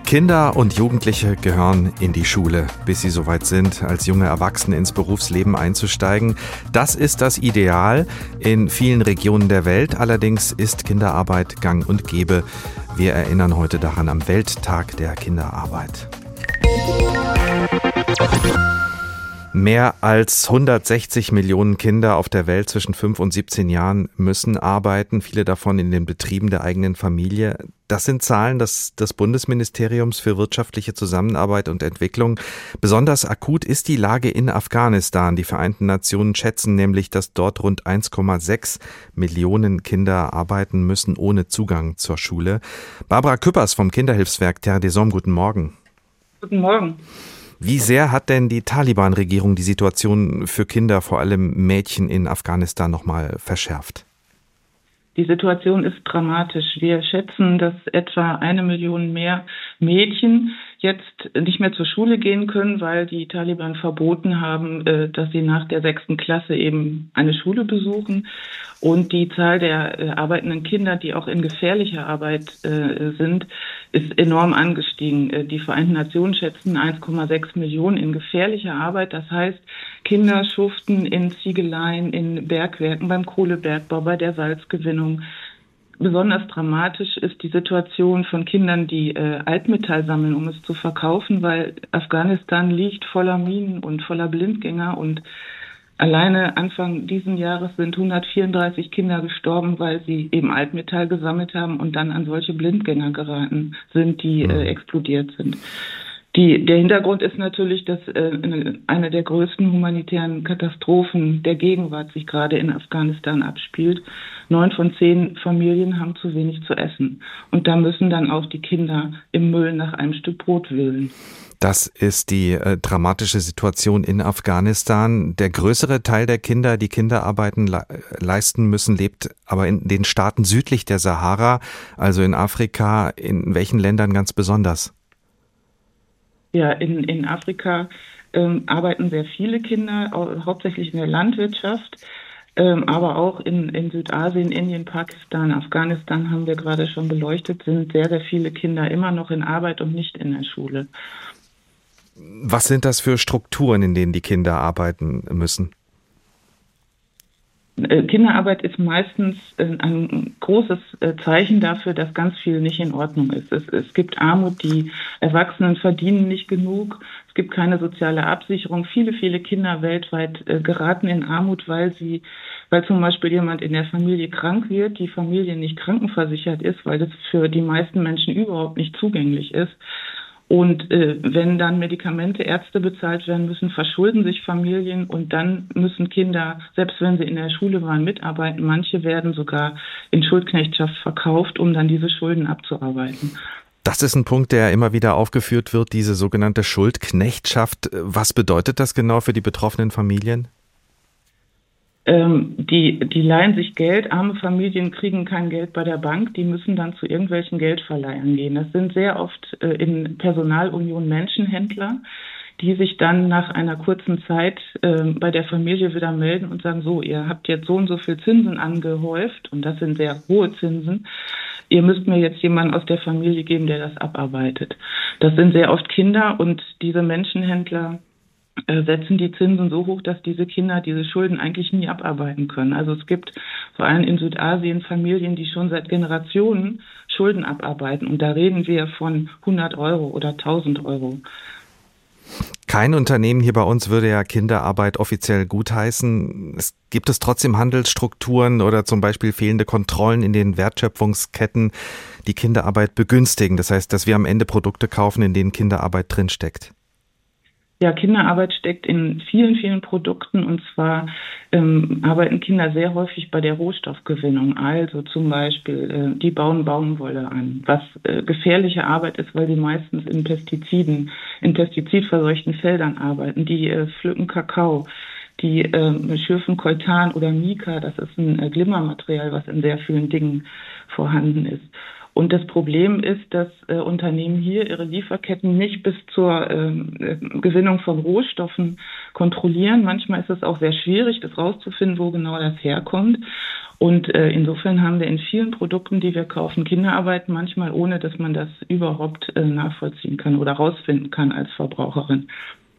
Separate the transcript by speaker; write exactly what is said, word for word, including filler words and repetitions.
Speaker 1: Kinder und Jugendliche gehören in die Schule, bis sie soweit sind, als junge Erwachsene ins Berufsleben einzusteigen. Das ist das Ideal in vielen Regionen der Welt. Allerdings ist Kinderarbeit gang und gäbe. Wir erinnern heute daran am Welttag der Kinderarbeit. Mehr als hundertsechzig Millionen Kinder auf der Welt zwischen fünf und siebzehn Jahren müssen arbeiten, viele davon in den Betrieben der eigenen Familie. Das sind Zahlen des, des Bundesministeriums für wirtschaftliche Zusammenarbeit und Entwicklung. Besonders akut ist die Lage in Afghanistan. Die Vereinten Nationen schätzen nämlich, dass dort rund eins Komma sechs Millionen Kinder arbeiten müssen ohne Zugang zur Schule. Barbara Küppers vom Kinderhilfswerk Terre des Hommes, guten Morgen.
Speaker 2: Guten Morgen.
Speaker 1: Wie sehr hat denn die Taliban-Regierung die Situation für Kinder, vor allem Mädchen in Afghanistan, nochmal verschärft?
Speaker 2: Die Situation ist dramatisch. Wir schätzen, dass etwa eine Million mehr Mädchen jetzt nicht mehr zur Schule gehen können, weil die Taliban verboten haben, dass sie nach der sechsten Klasse eben eine Schule besuchen. Und die Zahl der arbeitenden Kinder, die auch in gefährlicher Arbeit sind, ist enorm angestiegen. Die Vereinten Nationen schätzen eins Komma sechs Millionen in gefährlicher Arbeit. Das heißt, Kinder schuften in Ziegeleien, in Bergwerken, beim Kohlebergbau, bei der Salzgewinnung. Besonders dramatisch ist die Situation von Kindern, die äh, Altmetall sammeln, um es zu verkaufen, weil Afghanistan liegt voller Minen und voller Blindgänger. Und alleine Anfang diesen Jahres sind hundertvierunddreißig Kinder gestorben, weil sie eben Altmetall gesammelt haben und dann an solche Blindgänger geraten sind, die äh, explodiert sind. Die, der Hintergrund ist natürlich, dass äh, eine der größten humanitären Katastrophen der Gegenwart sich gerade in Afghanistan abspielt. Neun von zehn Familien haben zu wenig zu essen. Und da müssen dann auch die Kinder im Müll nach einem Stück Brot wühlen.
Speaker 1: Das ist die äh, dramatische Situation in Afghanistan. Der größere Teil der Kinder, die Kinderarbeiten le- leisten müssen, lebt aber in den Staaten südlich der Sahara, also in Afrika. In welchen Ländern ganz besonders?
Speaker 2: Ja, in, in Afrika ähm, arbeiten sehr viele Kinder, au- hauptsächlich in der Landwirtschaft, ähm, aber auch in, in Südasien, Indien, Pakistan, Afghanistan haben wir gerade schon beleuchtet, sind sehr, sehr viele Kinder immer noch in Arbeit und nicht in der Schule.
Speaker 1: Was sind das für Strukturen, in denen die Kinder arbeiten müssen?
Speaker 2: Kinderarbeit ist meistens ein großes Zeichen dafür, dass ganz viel nicht in Ordnung ist. Es, es gibt Armut, die Erwachsenen verdienen nicht genug, es gibt keine soziale Absicherung. Viele, viele Kinder weltweit geraten in Armut, weil sie, weil zum Beispiel jemand in der Familie krank wird, die Familie nicht krankenversichert ist, weil das für die meisten Menschen überhaupt nicht zugänglich ist. Und äh, wenn dann Medikamente, Ärzte bezahlt werden müssen, verschulden sich Familien und dann müssen Kinder, selbst wenn sie in der Schule waren, mitarbeiten. Manche werden sogar in Schuldknechtschaft verkauft, um dann diese Schulden abzuarbeiten.
Speaker 1: Das ist ein Punkt, der immer wieder aufgeführt wird, diese sogenannte Schuldknechtschaft. Was bedeutet das genau für die betroffenen Familien?
Speaker 2: Ähm, die, die leihen sich Geld, arme Familien kriegen kein Geld bei der Bank, die müssen dann zu irgendwelchen Geldverleihern gehen. Das sind sehr oft äh, in Personalunion Menschenhändler, die sich dann nach einer kurzen Zeit äh, bei der Familie wieder melden und sagen, so, ihr habt jetzt so und so viel Zinsen angehäuft und das sind sehr hohe Zinsen. Ihr müsst mir jetzt jemanden aus der Familie geben, der das abarbeitet. Das sind sehr oft Kinder und diese Menschenhändler setzen die Zinsen so hoch, dass diese Kinder diese Schulden eigentlich nie abarbeiten können. Also es gibt vor allem in Südasien Familien, die schon seit Generationen Schulden abarbeiten. Und da reden wir von hundert Euro oder tausend Euro.
Speaker 1: Kein Unternehmen hier bei uns würde ja Kinderarbeit offiziell gutheißen. Es gibt es trotzdem Handelsstrukturen oder zum Beispiel fehlende Kontrollen in den Wertschöpfungsketten, die Kinderarbeit begünstigen. Das heißt, dass wir am Ende Produkte kaufen, in denen Kinderarbeit drinsteckt.
Speaker 2: Ja, Kinderarbeit steckt in vielen, vielen Produkten und zwar ähm, arbeiten Kinder sehr häufig bei der Rohstoffgewinnung. Also zum Beispiel, äh, die bauen Baumwolle an, was äh, gefährliche Arbeit ist, weil sie meistens in Pestiziden, in pestizidverseuchten Feldern arbeiten. Die äh, pflücken Kakao, die äh, schürfen Coltan oder Mica, das ist ein äh, Glimmermaterial, was in sehr vielen Dingen vorhanden ist. Und das Problem ist, dass äh, Unternehmen hier ihre Lieferketten nicht bis zur äh, Gewinnung von Rohstoffen kontrollieren. Manchmal ist es auch sehr schwierig, das rauszufinden, wo genau das herkommt. Und äh, insofern haben wir in vielen Produkten, die wir kaufen, Kinderarbeit, manchmal ohne, dass man das überhaupt äh, nachvollziehen kann oder rausfinden kann als Verbraucherin.